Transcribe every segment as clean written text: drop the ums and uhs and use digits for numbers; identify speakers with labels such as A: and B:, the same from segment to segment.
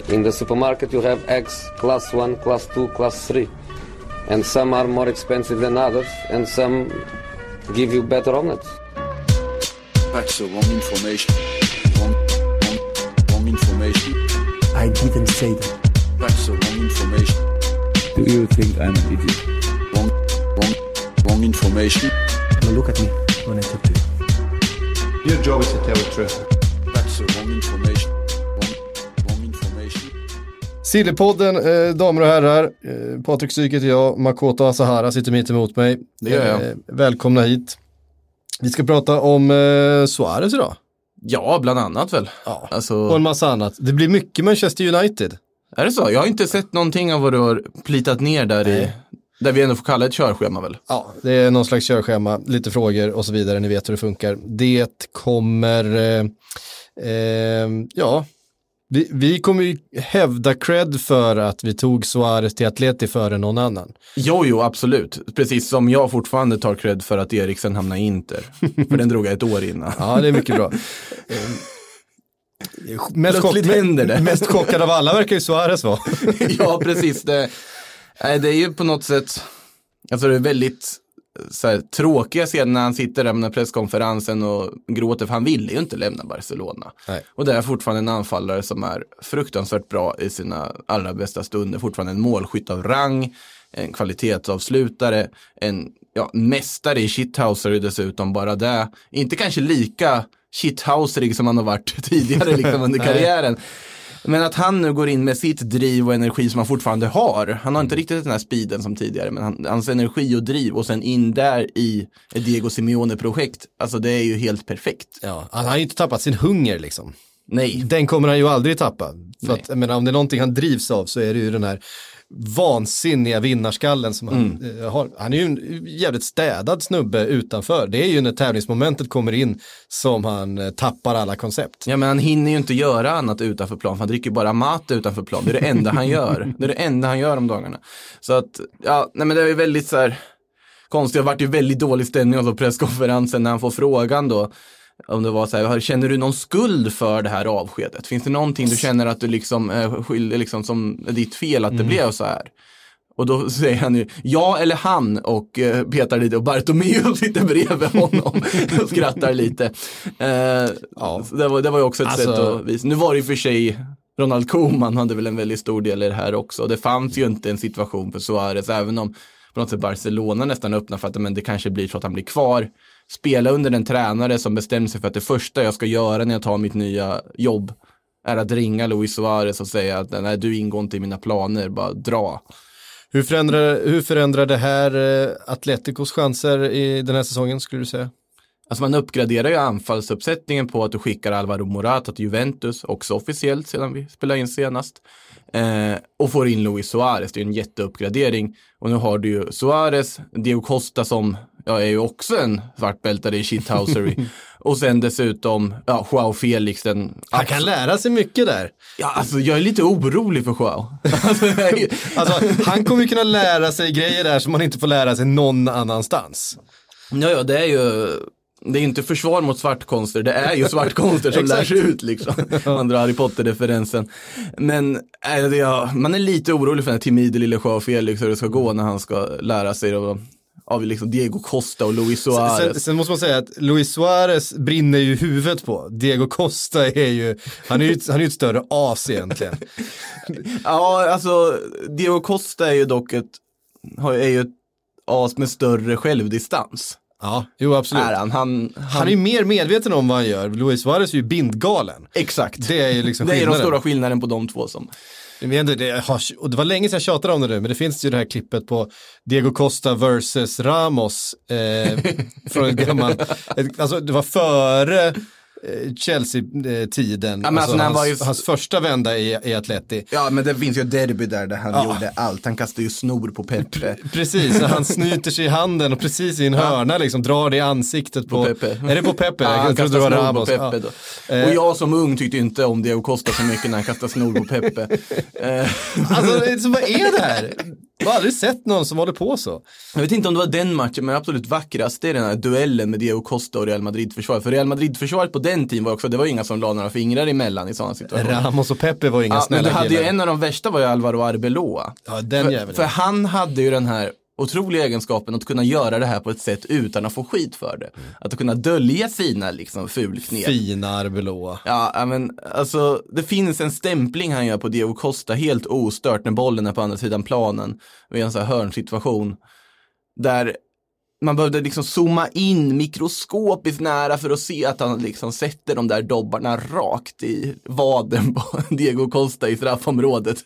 A: In the supermarket you have eggs class 1, class 2, class 3. And some are more expensive than others, and some give you better omelets.
B: That's the wrong information. Wrong information.
C: I didn't say that.
B: That's the wrong information.
D: Do you think I'm an idiot?
B: Wrong information.
C: Now look at me when I talk to you.
E: Your job is to tell the truth.
B: That's the wrong information. Wrong information.
F: Sillypodden, damer och herrar. Patrik Syk heter jag. Makoto Asahara sitter mitt emot mig.
G: Det gör jag.
F: Välkomna hit. Vi ska prata om Suarez idag.
G: Ja, bland annat väl.
F: Ja,
G: alltså...
F: och en massa annat. Det blir mycket Manchester United.
G: Är det så? Jag har inte sett någonting av vad du har plitat ner där i... Där vi ändå får kalla ett körschema väl?
F: Ja, det är någon slags körschema, lite frågor och så vidare, ni vet hur det funkar. Det kommer, vi kommer ju hävda cred för att vi tog Suarez till Atleti före någon annan.
G: Jo, absolut. Precis som jag fortfarande tar cred för att Eriksen hamnar i Inter. För den drog jag ett år innan.
F: Ja, det är mycket bra. Mest chockad av alla verkar ju Suarez vara.
G: Ja, precis. Det är ju på något sätt, alltså det är väldigt så här, tråkiga scener när han sitter där med presskonferensen och gråter, för han ville ju inte lämna Barcelona. Nej. Och det är fortfarande en anfallare som är fruktansvärt bra i sina allra bästa stunder, fortfarande en målskytt av rang, en kvalitetsavslutare, en mästare i shithouser dessutom, bara det. Inte kanske lika shithouserig som han har varit tidigare liksom under karriären. Men att han nu går in med sitt driv och energi som han fortfarande har. Han har inte riktigt den här speeden som tidigare, men hans energi och driv och sen in där i ett Diego Simeone-projekt. Alltså det är ju helt perfekt.
F: Ja, han har ju inte tappat sin hunger liksom.
G: Nej.
F: Den kommer han ju aldrig tappa. För att, jag menar, om det är någonting han drivs av så är det ju den här vansinniga vinnarskallen som han har. Han är ju en jävligt städad snubbe utanför. Det är ju när tävlingsmomentet kommer in som han tappar alla koncept.
G: Ja, men han hinner ju inte göra annat utanför plan. Han dricker bara mat utanför plan. Det är det enda han gör. Det är det enda han gör om dagarna. Så att, men det är ju väldigt så här konstigt. Det har varit ju väldigt dålig stämning av presskonferensen när han får frågan då. Om det var så här, känner du någon skuld för det här avskedet? Finns det någonting du känner att du liksom skyller liksom som ditt fel att det blev så här? Och då säger han ju ja eller han och petar lite och Bartomeu sitter bredvid honom och skrattar lite. Det var ju också ett sätt att visa. Nu var det ju för sig Ronald Koeman hade väl en väldigt stor del i det här också. Det fanns ju inte en situation för Suarez, även om på något sätt Barcelona nästan öppnar för att men det kanske blir så att han blir kvar. Spela under en tränare som bestämmer sig för att det första jag ska göra när jag tar mitt nya jobb är att ringa Luis Suarez och säga att nej, du ingår inte i mina planer, bara dra.
F: Hur förändrar det här Atleticos chanser i den här säsongen skulle du säga?
G: Alltså man uppgraderar ju anfallsuppsättningen på att du skickar Alvaro Morata till Juventus, också officiellt sedan vi spelade in senast. Och får in Luis Suarez, det är en jätteuppgradering. Och nu har du ju Suarez, Diego Costa som är ju också en svartbältare i shithousery. Och sen dessutom Joao Felix.
F: Han kan lära sig mycket där.
G: Ja, alltså jag är lite orolig för Joao.
F: Alltså han kommer ju kunna lära sig grejer där som man inte får lära sig någon annanstans.
G: Ja, det är ju... Det är inte försvar mot svartkonster, det är ju svartkonster som lär sig ut liksom. Man drar Harry Potter-referensen. Men man är lite orolig för den här timide lille Joao Felix hur det ska gå när han ska lära sig av liksom Diego Costa och Luis Suarez.
F: Sen måste man säga att Luis Suarez brinner ju huvudet på. Diego Costa är ju ett större as egentligen.
G: Ja, alltså Diego Costa är ju dock ett as med större självdistans.
F: Ja, jo absolut. Han är ju mer medveten om vad han gör. Luis Suarez är ju bindgalen.
G: Exakt.
F: Det är ju liksom
G: det är den stora skillnaden på de två som...
F: Och det var länge sedan jag tjatade om det nu, men det finns ju det här klippet på Diego Costa versus Ramos från ett gammalt... Alltså det var före Chelsea-tiden, hans första vända i Atleti.
G: Ja, men det finns ju ett derby där han gjorde allt. Han kastade ju snor på Pepe.
F: Precis, han snyter sig i handen och precis i en hörna liksom drar det i ansiktet på Pepe. Är det på Pepe?
G: Ja, han kastade snor på Pepe då. Och jag som ung tyckte inte om Diego Costa så mycket när han kastade snor på Pepe.
F: Alltså, vad är det här? Jag har aldrig sett någon som håller på så.
G: Jag vet inte om det var den matchen, men absolut vackrast är den här duellen med Diego Costa och Real Madrid-försvaret. För Real Madrid-försvaret på den tiden var också, det var inga som la några fingrar emellan i sådana situationer.
F: Ramos och Pepe var inga snälla
G: men du hade
F: killar.
G: ju en av de värsta var ju Alvaro Arbeloa.
F: Ja, den jäveln.
G: För han hade ju den här otroliga egenskapen att kunna göra det här på ett sätt utan att få skit för det. Att kunna dölja sina liksom fulknep.
F: Fina Arbeloa.
G: Ja, men alltså det finns en stämpling han gör på Diego Costa helt ostört när bollen är på andra sidan planen vid en sån här hörnsituation där man behövde liksom zooma in mikroskopiskt nära för att se att han liksom sätter de där dobbarna rakt i vaden på Diego Costa i straffområdet.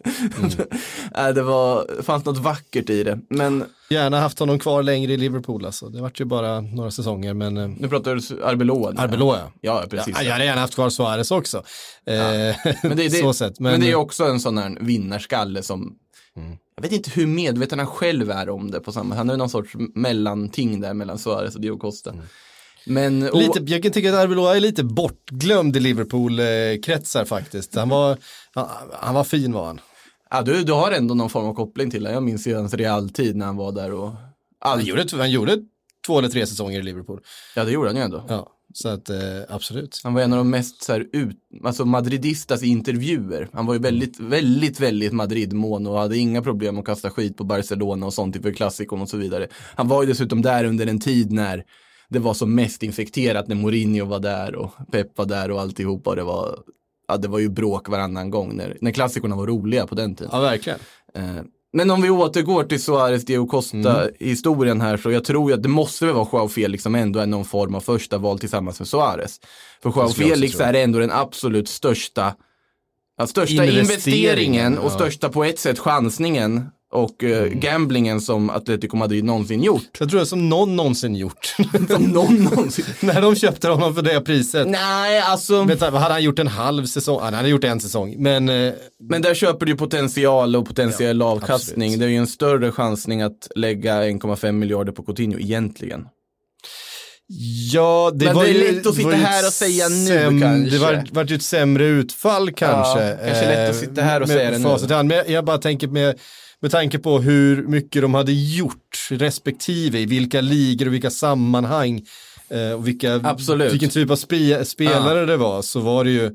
G: Det fanns något vackert i det. Men
F: Gärna haft honom kvar längre i Liverpool alltså. Det var ju bara några säsonger, men...
G: Nu pratar du Arbeloa.
F: Arbeloa, ja.
G: Ja, precis.
F: Ja, jag hade gärna haft kvar Suarez också.
G: Men det,
F: så sett.
G: Men det är också en sån här vinnarskalle som... Jag vet inte hur medveten han själv är om det på samma. Han är någon sorts mellanting där mellan Suarez och Diego Costa. Men,
F: jag kan tycka att Arbeloa är lite bortglömd i Liverpool-kretsar faktiskt. Han var fin var han.
G: Ja, du har ändå någon form av koppling till det. Jag minns ju hans realtid när han var där. Och
F: han gjorde 2 eller 3 säsonger i Liverpool.
G: Ja, det gjorde han ju ändå.
F: Ja, så att absolut.
G: Han var en av de mest så här, alltså madridistas i intervjuer. Han var ju väldigt, väldigt, väldigt Madrid-mån och hade inga problem att kasta skit på Barcelona och sånt inför klassikon och så vidare. Han var ju dessutom där under en tid när det var som mest infekterat, när Mourinho var där och Pep var där och alltihopa. Och det var ju bråk varannan gång när klassikorna var roliga på den tiden.
F: Ja, verkligen.
G: Men om vi återgår till Suarez, Diego Costa-historien här, så jag tror att det måste väl vara Joao Felix som ändå är någon form av första val tillsammans med Suarez. För Joao Felix är ändå den absolut största investeringen och största på ett sätt chansningen och gamblingen som Atletico Madrid någonsin gjort.
F: Jag tror det är som någon någonsin gjort.
G: Som någon någonsin.
F: När de köpte honom för det priset.
G: Nej, alltså...
F: Hade han gjort en halv säsong? Han hade gjort en säsong. Men
G: där köper du ju potential och potentiell avkastning.
F: Absolut.
G: Det är ju en större chansning att lägga 1,5 miljarder på Coutinho egentligen.
F: Ja, det
G: men
F: var
G: det är
F: ju
G: lätt att sitta här och säga nu kanske.
F: Det var ju ett sämre utfall kanske.
G: Ja, kanske lätt att sitta här och säga det nu.
F: Men jag bara tänker med tanke på hur mycket de hade gjort respektive i vilka ligor och vilka sammanhang och vilken typ av spelare det var, så var det ju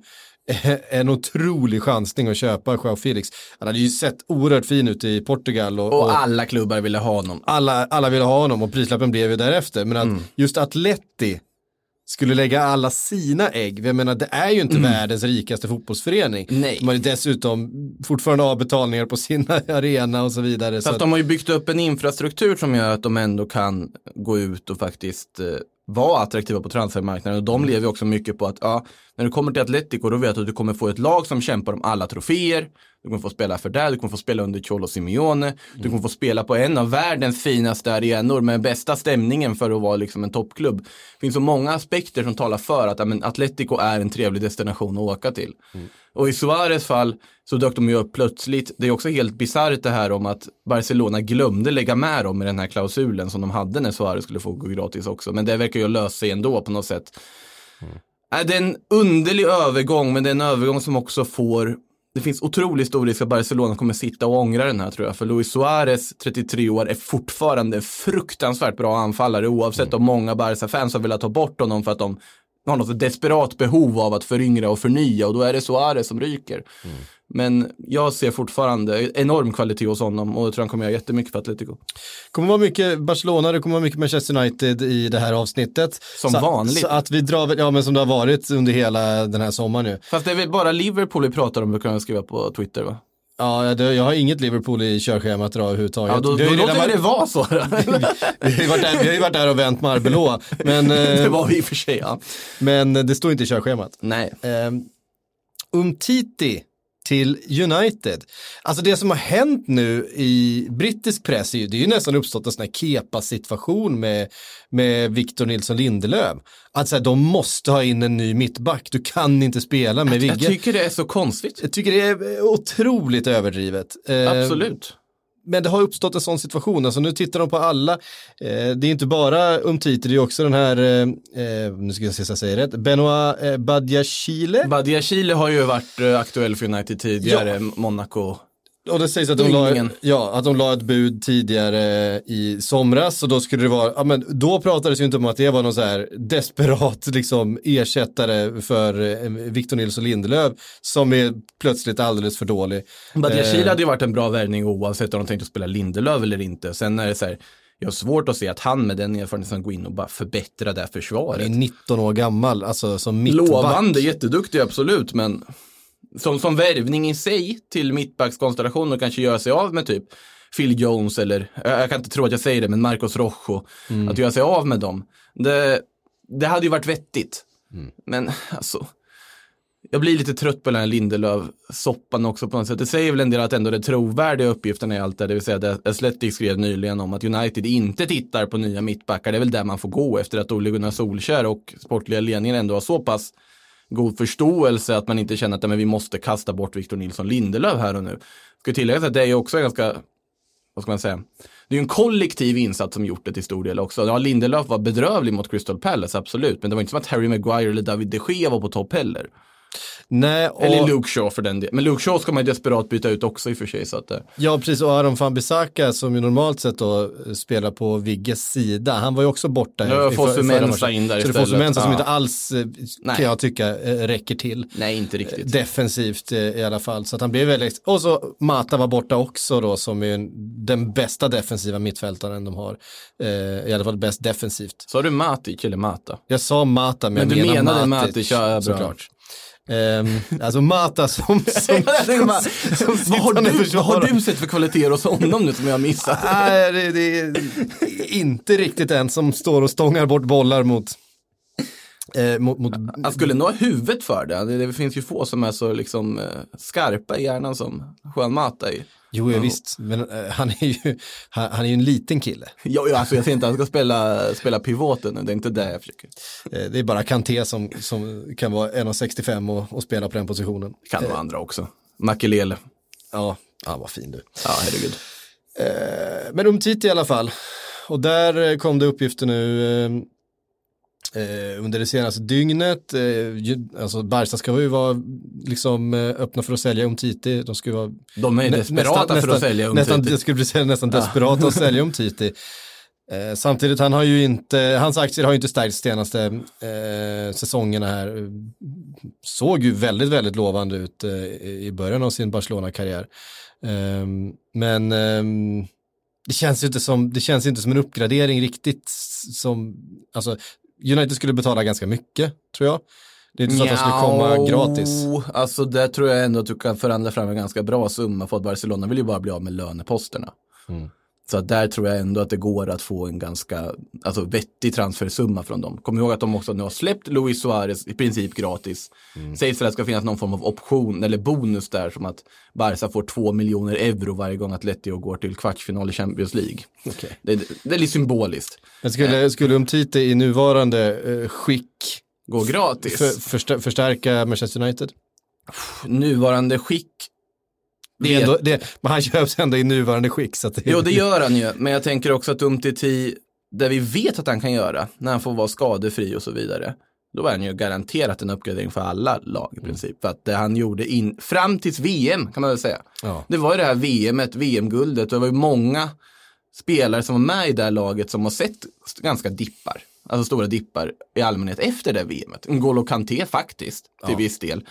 F: en otrolig chansning att köpa Joao Felix. Han hade ju sett oerhört fin ut i Portugal. Och
G: alla klubbar ville ha honom.
F: Alla ville ha honom och prislappen blev ju därefter. Men att just Atleti skulle lägga alla sina ägg. Jag menar, det är ju inte världens rikaste fotbollsförening.
G: Nej.
F: De har ju dessutom fortfarande avbetalningar på sina arena och så vidare.
G: Fast de har ju byggt upp en infrastruktur som gör att de ändå kan gå ut och faktiskt vara attraktiva på transfermarknaden. Och de lever också mycket på att när du kommer till Atletico, då vet du att du kommer få ett lag som kämpar om alla troféer. Du kommer få spela för det, du kommer få spela under Cholo Simeone. Du kommer få spela på en av världens finaste arenor med bästa stämningen för att vara liksom en toppklubb. Det finns så många aspekter som talar för att Atletico är en trevlig destination att åka till. Och i Suarez fall så dök de ju upp plötsligt. Det är också helt bisarrt det här om att Barcelona glömde lägga med dem i den här klausulen som de hade när Suarez skulle få gå gratis också. Men det verkar ju lösa sig ändå på något sätt. Det är en underlig övergång, men det är en övergång som också får... Det finns otroligt stor risk att Barcelona kommer sitta och ångra den här, tror jag. För Luis Suarez, 33 år, är fortfarande fruktansvärt bra anfallare, oavsett om många Barca-fans har velat ta bort honom för att de har något desperat behov av att föryngra och förnya, och då är det Suarez som ryker. Men jag ser fortfarande enorm kvalitet hos honom, och jag tror han kommer göra jättemycket för Atletico.
F: Kommer vara mycket Barcelona, det kommer vara mycket Manchester United i det här avsnittet.
G: Som vanligt.
F: Så att vi drar, men som det har varit under hela den här sommaren nu.
G: Fast det är väl bara Liverpool vi pratar om, vi kan skriva på Twitter, va?
F: Ja, jag har inget Liverpool i körschemat dra överhuvudtaget.
G: Ja, då låter det vara så.
F: Vi har ju varit där och vänt med Arbeloa. Men,
G: det var vi i och för sig, ja.
F: Men det står inte i körschemat.
G: Nej.
F: Umtiti till United. Alltså det som har hänt nu i brittisk press, det är ju nästan uppstått en sån här Kepa-situation med Victor Nilsson Lindelöf. Att så här, de måste ha in en ny mittback. Du kan inte spela med Vigge.
G: Jag tycker det är så konstigt.
F: Jag tycker det är otroligt överdrivet.
G: Absolut.
F: Men det har uppstått en sån situation. Alltså nu tittar de på alla. Det är inte bara Umtiti, det är också den här, nu ska jag se så jag säger rätt, Benoit Badiashile.
G: Badiashile har ju varit aktuell för United tidigare, Monaco.
F: Och det sägs att de la ett bud tidigare i somras, och då skulle det vara, men då pratades ju inte om att det var någon så här desperat liksom ersättare för Victor Nilsson Lindelöf som är plötsligt alldeles för dålig.
G: Badiashile hade ju varit en bra värvning oavsett om de tänkte spela Lindelöf eller inte. Sen är det så här, jag har svårt att se att han med den erfarenheten går in och bara förbättrar det här försvaret.
F: Han är 19 år gammal, alltså som mittback.
G: Lovande, jätteduktig absolut, men som värvning i sig till mittbackskonstellationer kanske göra sig av med typ Phil Jones eller, jag kan inte tro att jag säger det, men Marcos Rojo, att göra sig av med dem. Det hade ju varit vettigt. Men alltså, jag blir lite trött på den här Lindelöf-soppan också på något sätt. Det säger väl en del att ändå det trovärdiga uppgiften är allt det vill säga det Athletic skrev nyligen om att United inte tittar på nya mittbackar. Det är väl där man får gå efter att Ole Gunnar Solskjær och sportliga ledningen ändå har så pass god förståelse att man inte känner att men vi måste kasta bort Victor Nilsson Lindelöf här och nu. Ska tillägga att det är ju också ganska, vad ska man säga, det är ju en kollektiv insats som gjort det till stor del också. Ja, Lindelöf var bedrövlig mot Crystal Palace, absolut, men det var inte som att Harry Maguire eller David de Gea var på topp heller.
F: Nej,
G: eller Luke Shaw för den delen. Men Luke Shaw ska man ju desperat byta ut också i och för sig. Så att,
F: ja, precis. Och Aron Wan-Bissaka som ju normalt sett då spelar på Vigges sida. Han var ju också borta.
G: Nu får Fosu-Mensah in där istället. Så det får Fosu-Mensah som inte alls kan jag tycka räcker till. Nej, inte riktigt.
F: Defensivt i alla fall. Så att han blev väldigt... Och så Mata var borta också då, som är den bästa defensiva mittfältaren de har. I alla fall bäst defensivt.
G: Sa du Matic eller Mata?
F: Jag sa Mata, men
G: du menade Matic, ja,
F: såklart. Alltså Mata som
G: vad har du sett för kvaliteter hos honom nu som jag har missat?
F: Nej, det är inte riktigt en som står och stångar bort bollar mot
G: han skulle nog ha huvudet för det. Det finns ju få som är så liksom skarpa i hjärnan som Juan Mata är.
F: Jo, visst, men han är ju en liten kille.
G: Ja, alltså jag säger inte att han ska spela pivoten, det är inte det jag försöker.
F: Det är bara Kanté som kan vara 1,65 och spela på den positionen.
G: Kan vara andra också. Makelele.
F: Ja, vad fin du.
G: Ja, herregud.
F: Men Umtiti i alla fall. Och där kom det uppgifter nu under det senaste dygnet. Alltså Barca ska ju vara liksom öppna för att sälja Umtiti.
G: De är desperata för att sälja Umtiti.
F: Det skulle bli nästan desperata att sälja Umtiti. Samtidigt hans aktier har ju inte stärkt senaste säsongerna här. Såg ju väldigt, väldigt lovande ut i början av sin Barcelona-karriär. Men det känns inte som en uppgradering riktigt som, alltså United skulle betala ganska mycket, tror jag. Det är inte så att de skulle komma gratis.
G: Alltså där tror jag ändå att du kan förhandla fram en ganska bra summa, för att Barcelona vill ju bara bli av med löneposterna. Så att där tror jag ändå att det går att få en ganska vettig transfersumma från dem. Kom ihåg att de också nu har släppt Luis Suarez i princip gratis. Sägs att det ska finnas någon form av option eller bonus där, som att Barca får 2 miljoner euro varje gång Atletico går till kvartsfinal i Champions League.
F: Okay.
G: Det är lite symboliskt.
F: Men skulle Umtiti i nuvarande skick
G: gå gratis?
F: Förstärka Manchester United?
G: Nuvarande skick?
F: Men han köps ändå i nuvarande skick. Så att
G: Jo, det gör han ju. Men jag tänker också att Umtiti, där vi vet att han kan göra, när han får vara skadefri och så vidare, då var han ju garanterat en uppgradering för alla lag i princip. För att det han gjorde fram tills VM, kan man väl säga. Ja. Det var ju det här VM-guldet, och det var ju många spelare som var med i det här laget som har sett ganska dippar. Alltså stora dippar i allmänhet efter det VMet. N'Golo Kanté faktiskt, till viss del.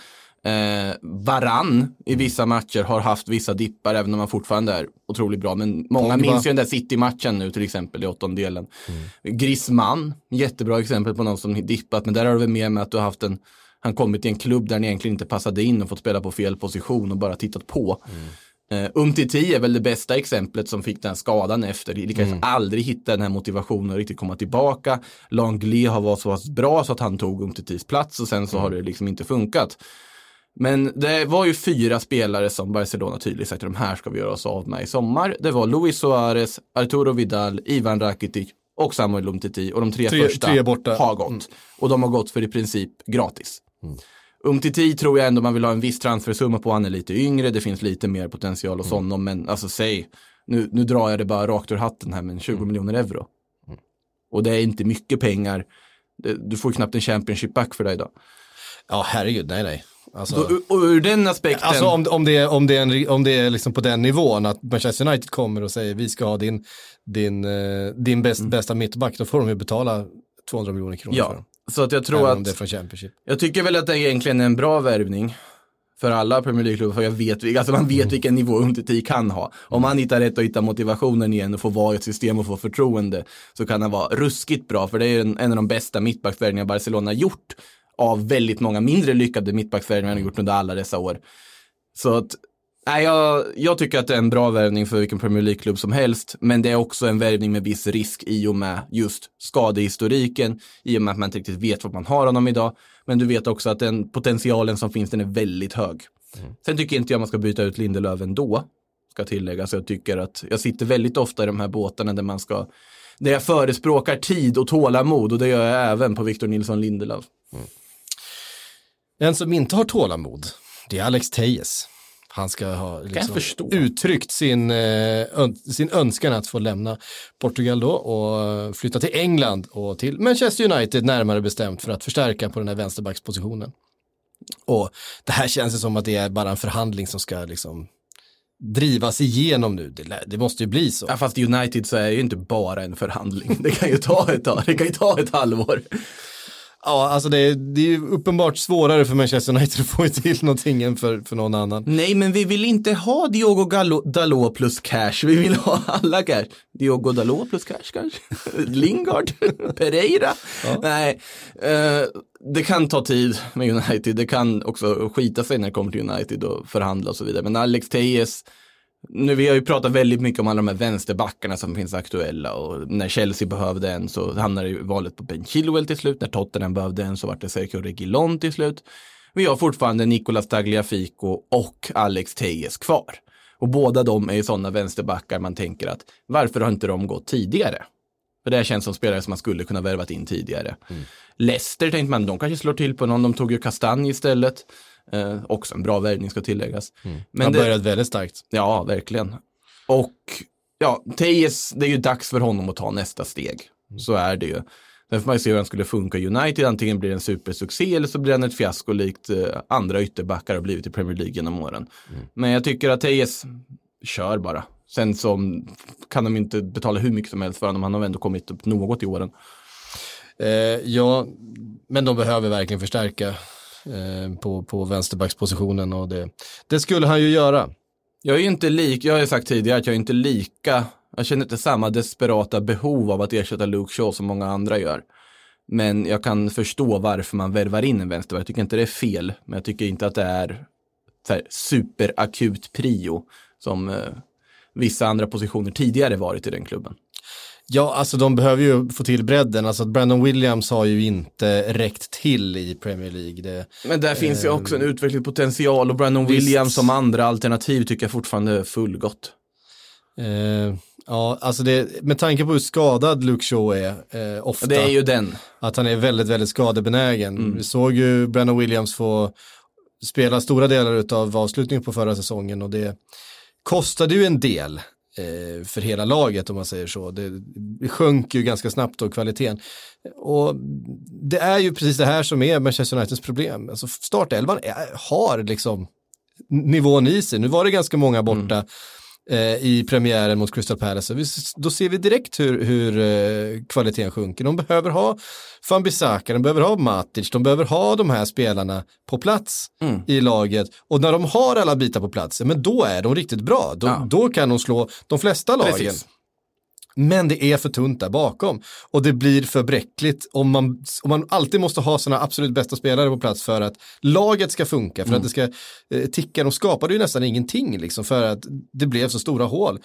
G: Varann i vissa matcher har haft vissa dippar, även om han fortfarande är otroligt bra, men många minns ju den där City-matchen nu till exempel i 8:ondelen. Griezmann, jättebra exempel på någon som dippat, men där har det väl med att du har haft han kommit i en klubb där han egentligen inte passade in och fått spela på fel position och bara tittat på. Umtiti är väl det bästa exemplet, som fick den skadan efter. Lyckades aldrig hitta den här motivationen och riktigt komma tillbaka. Langley har varit så pass bra så att han tog Umtitis plats, och sen så har det liksom inte funkat. Men det var ju 4 spelare som Barcelona tydligt sagt att de här ska vi göra oss av med i sommar. Det var Luis Suarez, Arturo Vidal, Ivan Rakitic och Samuel Umtiti. Och de tre första har gått. Och de har gått för i princip gratis. Umtiti tror jag ändå man vill ha en viss transfersumma på. Han är lite yngre, det finns lite mer potential hos honom. Men alltså nu drar jag det bara rakt ur hatten här, med 20 miljoner euro. Och det är inte mycket pengar. Du får knappt en Championship back för dig idag.
F: Ja, herregud, nej. Alltså,
G: och ur den aspekten...
F: Alltså om det är liksom på den nivån att Manchester United kommer och säger vi ska ha din bästa mittback, då får de ju betala 200 miljoner kronor för dem.
G: Så att jag tror
F: även
G: att...
F: om det är från Championship.
G: Jag tycker väl att det egentligen är en bra värvning för alla Premier League-klubbar, för man vet vilken nivå Umtiti kan ha. Om han hittar rätt och hittar motivationen igen och får vara i ett system och få förtroende, så kan han vara ruskigt bra, för det är en av de bästa mittbacksvärvningar Barcelona gjort av väldigt många mindre lyckade mittbacksvärvningar han gjort under alla dessa år. Så att jag tycker att det är en bra värvning för vilken Premier League-klubb som helst, men det är också en värvning med viss risk i och med just skadehistoriken, i och med att man inte riktigt vet vad man har honom idag, men du vet också att den potentialen som finns, den är väldigt hög. Sen tycker inte jag man ska byta ut Lindelöf ändå, ska tilläggas. Jag tycker att jag sitter väldigt ofta i de här båtarna där jag förespråkar tid och tålamod, och det gör jag även på Victor Nilsson Lindelöf.
F: En som inte har tålamod, det är Alex Telles. Han ska ha uttryckt sin önskan att få lämna Portugal då och flytta till England och till Manchester United närmare bestämt, för att förstärka på den här vänsterbackspositionen. Och det här känns som att det är bara en förhandling som ska liksom drivas igenom nu. Det måste ju bli så.
G: Ja, fast i United så är det ju inte bara en förhandling. Det kan ju ta ett halvår.
F: Ja, alltså det är ju uppenbart svårare för Manchester United att få till någonting än för någon annan.
G: Nej, men vi vill inte ha Diogo Dalot plus cash. Vi vill ha alla cash. Diogo Dalot plus cash kanske. Lingard, Pereira. Ja. Nej, det kan ta tid med United. Det kan också skita sig när det kommer till United och förhandla och så vidare. Men Alex Telles, nu vi har ju pratat väldigt mycket om alla de här vänsterbackarna som finns aktuella, och när Chelsea behövde en så hamnade ju valet på Ben Chilwell till slut, när Tottenham behövde en så var det Sergio Reguilón till slut. Vi har fortfarande Nicolas Tagliafico och Alex Telles kvar, och båda de är ju sådana vänsterbackar man tänker att varför har inte de gått tidigare? För det här känns som spelare som man skulle kunna värvat in tidigare. Leicester tänkte man, de kanske slår till på någon, de tog ju Castagne istället. Också en bra värvning ska tilläggas.
F: Men han började väldigt starkt.
G: Ja, verkligen. Och ja, Telles, det är ju dags för honom att ta nästa steg. Så är det ju. Sen får man ju se hur han skulle funka i United. Antingen blir det en supersuccé eller så blir han ett fiasko likt andra ytterbackar har blivit i Premier League genom åren. Men jag tycker att Telles kör bara. Sen så kan de inte betala hur mycket som helst för honom. Han har ändå kommit upp något i åren.
F: Ja, men de behöver verkligen förstärka på vänsterbackspositionen, och det skulle han ju göra.
G: Jag har ju sagt tidigare att jag är inte jag känner inte samma desperata behov av att ersätta Luke Shaw som många andra gör. Men jag kan förstå varför man värvar in en vänsterback. Jag tycker inte det är fel, men jag tycker inte att det är så här superakut prio som vissa andra positioner tidigare varit i den klubben.
F: Ja, alltså de behöver ju få till bredden. Alltså Brandon Williams har ju inte räckt till i Premier League.
G: Men där finns ju också en utvecklingspotential, och Brandon Williams som andra alternativ tycker jag fortfarande är fullgott.
F: Ja, alltså med tanke på hur skadad Luke Shaw är ofta.
G: Det är ju den.
F: Att han är väldigt, väldigt skadebenägen. Vi såg ju Brandon Williams få spela stora delar av avslutningen på förra säsongen, och det kostade ju en del för hela laget, om man säger så. Det sjönk ju ganska snabbt då, kvaliteten. Och det är ju precis det här som är Manchester Uniteds problem. Alltså startelvan har liksom nivån i sig. Nu var det ganska många borta i premiären mot Crystal Palace. Då ser vi direkt hur kvaliteten sjunker. De behöver ha Van Bissaka, de behöver ha Matic, de behöver ha de här spelarna på plats i laget. Och när de har alla bitar på plats, men då är de riktigt bra. Då kan de slå de flesta lagen. Precis. Men det är för tunt där bakom. Och det blir för bräckligt om man alltid måste ha sina absolut bästa spelare på plats för att laget ska funka, för att det ska ticka. De skapade ju nästan ingenting liksom, för att det blev så stora hål.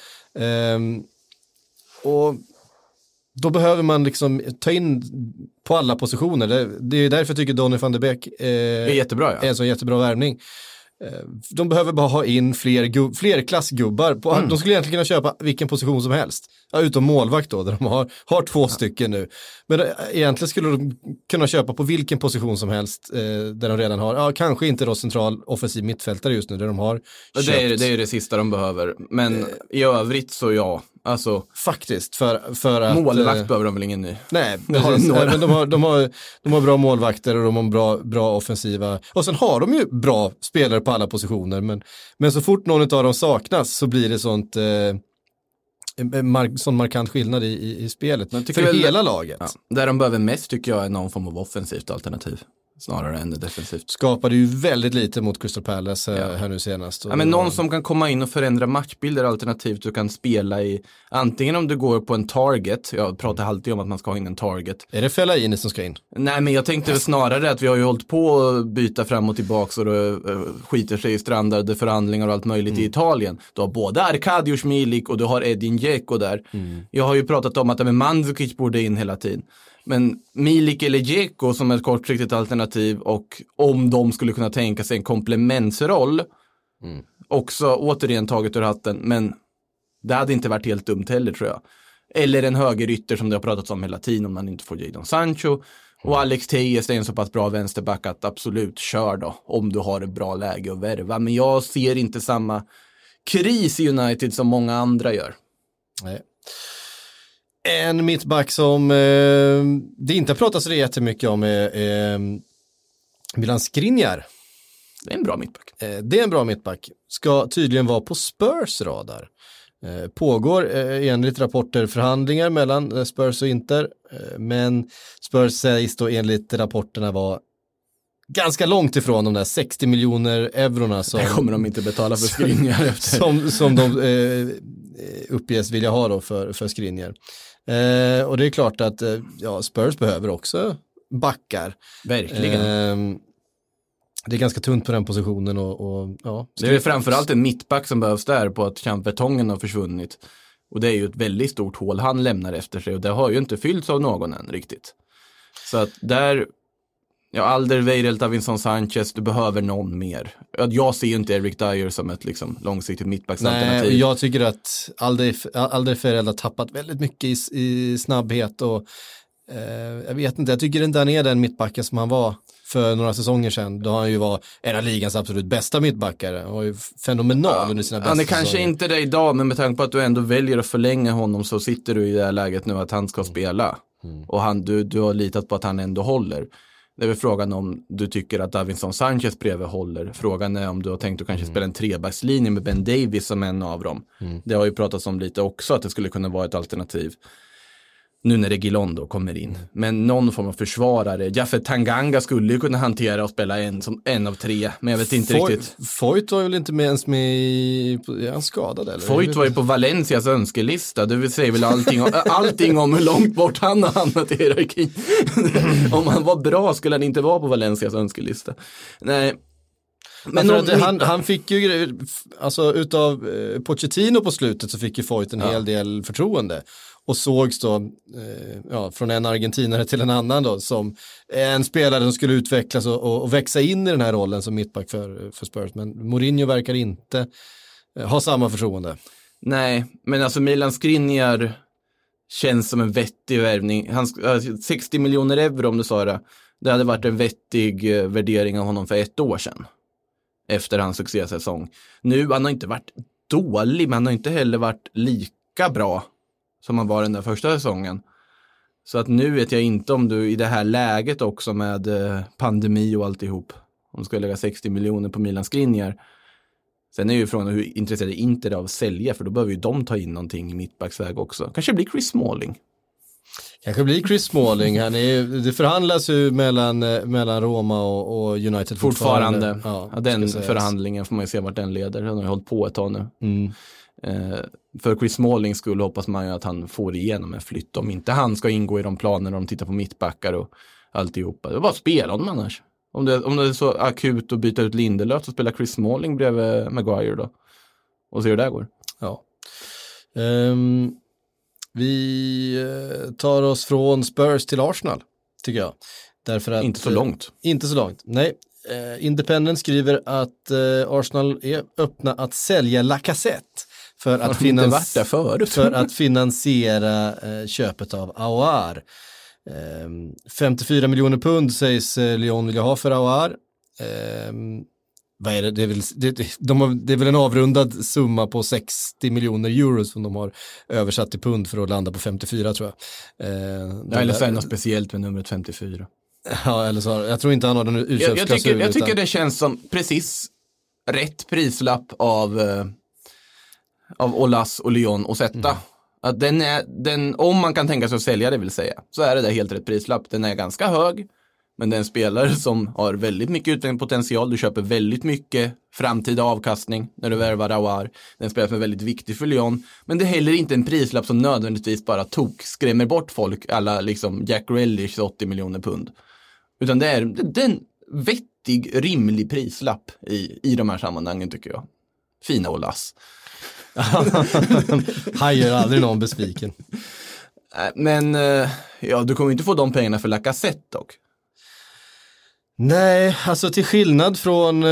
F: Och då behöver man liksom ta in på alla positioner. Det är därför jag tycker Donny van de Beek är
G: jättebra,
F: är en så jättebra värvning. De behöver bara ha in fler klassgubbar. De skulle egentligen kunna köpa vilken position som helst. Ja, utom målvakt då, där de har 2 stycken nu. Men egentligen skulle de kunna köpa på vilken position som helst där de redan har. Ja, kanske inte då central offensiv mittfältare just nu, där de har köpt.
G: Det är det sista de behöver. Men i övrigt så ja. Alltså,
F: faktiskt, för att...
G: målvakt behöver de väl ingen ny?
F: Nej,
G: Det har de
F: precis.
G: några.
F: Men de har bra målvakter och de har bra offensiva. Och sen har de ju bra spelare på alla positioner. Men så fort någon av dem saknas så blir det sån markant skillnad i spelet. För hela laget.
G: Ja, där de behöver mest tycker jag är någon form av offensivt alternativ. Snarare än defensivt.
F: Skapade ju väldigt lite mot Crystal Palace här nu senast.
G: Ja, men någon som kan komma in och förändra matchbilder alternativt du kan spela i, antingen om du går på en target, jag pratar alltid om att man ska ha in en target.
F: Är det Fellaini som ska in?
G: Nej, men jag tänkte snarare att vi har ju hållit på att byta fram och tillbaka och det skiter sig i strandade förhandlingar och allt möjligt i Italien. Du har både Arkadiusz Milik och du har Edin Dzeko där. Jag har ju pratat om att Mandzukic borde in hela tiden. Men Milik eller Dzeko som ett kortsiktigt alternativ, och om de skulle kunna tänka sig en komplementsroll, också återigen taget ur hatten, men det hade inte varit helt dumt heller tror jag. Eller en högerytter som det har pratats om hela tiden om man inte får Jadon Sancho. Och Alex Tejes är en så pass bra vänsterback att absolut kör då, om du har ett bra läge att värva. Men jag ser inte samma kris i United som många andra gör.
F: Nej. En mittback som det inte pratas så jättemycket om är Milan Skriniar.
G: Det är en bra mittback.
F: Det är en bra mittback. Ska tydligen vara på Spurs radar. Pågår enligt rapporter förhandlingar mellan Spurs och Inter. Men Spurs sägs då enligt rapporterna vara ganska långt ifrån de där 60 miljoner eurona som...
G: Det kommer de inte betala för Skriniar efter.
F: som de uppges vilja ha då för Skriniar. Och det är klart att Spurs behöver också backar.
G: Verkligen.
F: Det är ganska tunt på den positionen och
G: det är framförallt en mittback som behövs där på att Chambertongen har försvunnit. Och det är ju ett väldigt stort hål han lämnar efter sig och det har ju inte fyllts av någon än riktigt. Så att där, Alderweireld, Davinson Sanchez, du behöver någon mer. Jag ser ju inte Eric Dyer som ett liksom långsiktigt mittbacksalternativ.
F: Nej, jag tycker att Alderweireld har tappat väldigt mycket i snabbhet och jag vet inte, jag tycker inte han är den mittbacken som han var för några säsonger sedan, då han ju var en av ligans absolut bästa mittbackare. Han var ju fenomenal under sina bästa
G: han är
F: säsonger.
G: kanske inte det idag, men med tanke på att du ändå väljer att förlänga honom så sitter du i det här läget nu att han ska spela. Och du har litat på att han ändå håller. Det är väl frågan om du tycker att Davinson Sanchez bredvid håller. Frågan är om du har tänkt att kanske spela en trebackslinje med Ben Davies som en av dem. Det har ju pratats om lite också att det skulle kunna vara ett alternativ. Nu när Reguilon då kommer in. Men någon form av försvarare. Jaffe Tanganga skulle ju kunna hantera och spela en av tre. Men jag vet inte riktigt.
F: Foyt var väl inte med ens med är han skadad eller?
G: Foyt var ju på Valencias önskelista. Det vill säga väl allting om hur långt bort han har hamnat i hierarkin. Om han var bra skulle han inte vara på Valencias önskelista. Nej.
F: Men han fick ju, alltså utav Pochettino på slutet så fick ju Foyt en hel del förtroende. Och sågs då från en argentinare till en annan då som en spelare som skulle utvecklas och växa in i den här rollen som mittback för Spurs. Men Mourinho verkar inte ha samma förtroende.
G: Nej, men alltså Milan Skriniar känns som en vettig värvning. 60 miljoner euro om du sa det. Det hade varit en vettig värdering av honom för 1 år sedan. Efter hans succésäsong. Nu, han har inte varit dålig, men han har inte heller varit lika bra som han var den där första säsongen. Så att nu vet jag inte om du i det här läget också med pandemi och alltihop, om du ska lägga 60 miljoner på Milan Skriniar. Sen är ju frågan hur intresserade Inter är av att sälja, för då behöver ju de ta in någonting i mittbacksväg också. Kanske blir Chris Smalling. Det förhandlas ju mellan Roma och United fortfarande. Ja, den förhandlingen får man ju se vart den leder. Den har ju hållit på ett tag nu. För Chris Smalling skulle hoppas man ju att han får igenom en flytt. Om inte han ska ingå i de planer när de tittar på mittbackar och alltihopa. Det var spela honom annars. Om det är så akut att byta ut Lindelöf så spelar Chris Smalling bredvid Maguire då. Och se hur det går.
F: Ja. Vi tar oss från Spurs till Arsenal, tycker jag. Därför att,
G: inte så långt.
F: Inte så långt, nej. Independent skriver att Arsenal är öppna att sälja Lacazette för att finansiera köpet av Aouar. 54 miljoner pund sägs Lyon vilja ha för Aouar. vad är det? Det är väl en avrundad summa på 60 miljoner euro som de har översatt till pund för att landa på 54 tror jag.
G: Eller så är det något speciellt med numret 54.
F: Ja, eller så. Jag tror inte han har den utköpsklausul.
G: Jag tycker det känns som precis rätt prislapp av Olas och Lyon att sätta. Att den, om man kan tänka sig att sälja det vill säga, så är det där helt rätt prislapp. Den är ganska hög, men det är en spelare som har väldigt mycket utvecklingspotential. Du köper väldigt mycket framtida avkastning när du värvar Aouar. Den spelare som är väldigt viktig för Lyon. Men det är heller inte en prislapp som nödvändigtvis bara skrämmer bort folk, alla liksom Jack Grealish 80 miljoner pund. Utan det är en vettig, rimlig prislapp i de här sammanhangen tycker jag. Fina Olas.
F: Han gör aldrig någon besviken.
G: Men du kommer inte få de pengarna för Lacazette dock.
F: Nej, alltså till skillnad från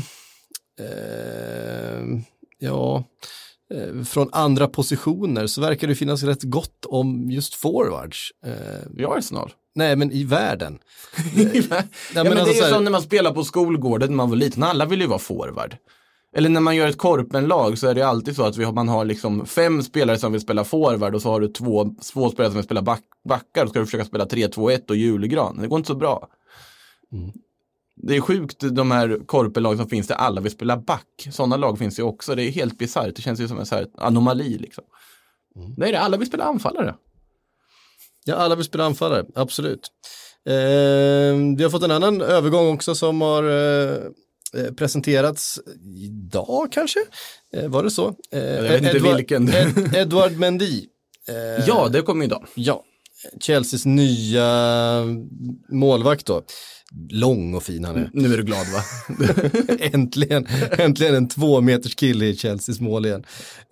F: från andra positioner så verkar det finnas rätt gott om just forwards.
G: Vi har Arsenal.
F: Nej, men i världen.
G: Men det är ju som när man spelar på skolgården när man var liten. Alla vill ju vara forward. Eller när man gör ett korpenlag så är det alltid så att man har liksom 5 spelare som vill spela forward och så har du 2 spelare som vill spela backar och ska du försöka spela 3-2-1 och julgran. Det går inte så bra. Det är sjukt de här korpenlag som finns där alla vill spela back. Sådana lag finns ju också. Det är helt bisarrt. Det känns ju som en så här anomali liksom. Det är det. Alla vill spela anfallare.
F: Ja, alla vill spela anfallare. Absolut. Vi har fått en annan övergång också som har presenterats idag kanske. Var det så?
G: Jag vet inte vilken.
F: Edouard Mendy.
G: Ja, det kommer idag.
F: Ja, Chelseas nya målvakt då. Lång och fin han är.
G: Nu är du glad va?
F: Äntligen en 2 meters kille i Chelseas mål igen.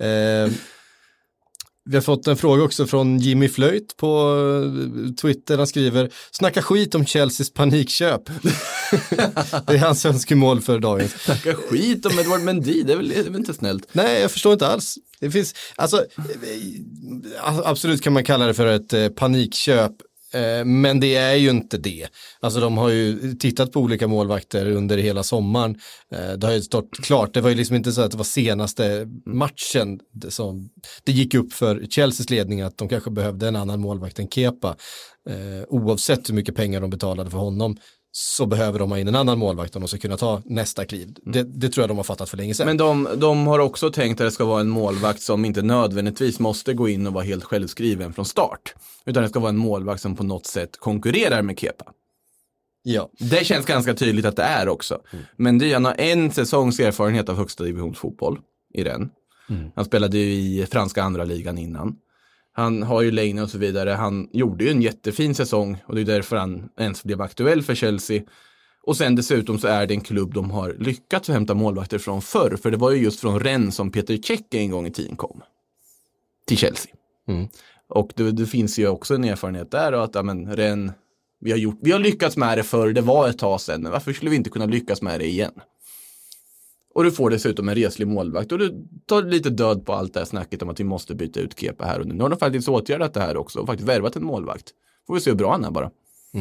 F: Vi har fått en fråga också från Jimmy Flöjt på Twitter. Han skriver, snacka skit om Chelseas panikköp. Det är hans önskemål för dagen.
G: Snacka skit om Edouard Mendy, det är väl inte snällt.
F: Nej, jag förstår inte alls. Det finns, alltså, absolut kan man kalla det för ett panikköp. Men det är ju inte det. Alltså de har ju tittat på olika målvakter under hela sommaren. Det har ju stått klart. Det var ju liksom inte så att det var senaste matchen som det gick upp för Chelseas ledning att de kanske behövde en annan målvakt än Kepa. Oavsett hur mycket pengar de betalade för honom så behöver de ha in en annan målvakt om de ska kunna ta nästa kliv. Det tror jag de har fattat för länge sedan.
G: Men de har också tänkt att det ska vara en målvakt som inte nödvändigtvis måste gå in och vara helt självskriven från start. Utan det ska vara en målvakt som på något sätt konkurrerar med Kepa.
F: Ja.
G: Det känns ganska tydligt att det är också. Men han har en säsongs erfarenhet av högsta divisionsfotboll i den. Han spelade ju i franska andra ligan innan. Han har ju längre och så vidare. Han gjorde ju en jättefin säsong och det är därför han ens blev aktuell för Chelsea. Och sen dessutom så är det en klubb de har lyckats hämta målvakter från förr. För det var ju just från Rennes som Peter Cech en gång i tiden kom till Chelsea. Och det finns ju också en erfarenhet där och att Rennes, vi har lyckats med det förr, det var ett tag sedan. Men varför skulle vi inte kunna lyckas med det igen? Och du får dessutom en reslig målvakt och du tar lite död på allt det här snacket om att vi måste byta ut Kepa här och nu. Nu har de faktiskt åtgärdat det här också och faktiskt värvat en målvakt. Får vi se hur bra han är bara.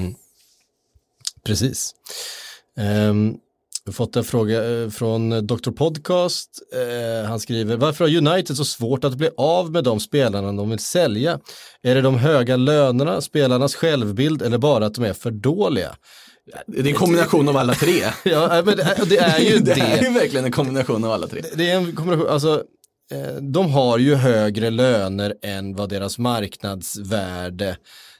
F: Precis. Vi har fått en fråga från Dr. Podcast. Han skriver, varför har United så svårt att bli av med de spelarna de vill sälja? Är det de höga lönerna, spelarnas självbild eller bara att de är för dåliga?
G: Det är en kombination av alla tre.
F: Ja, men det är ju det.
G: Det är ju verkligen en kombination av alla tre.
F: Det är en kombination, alltså de har ju högre löner än vad deras marknadsvärde.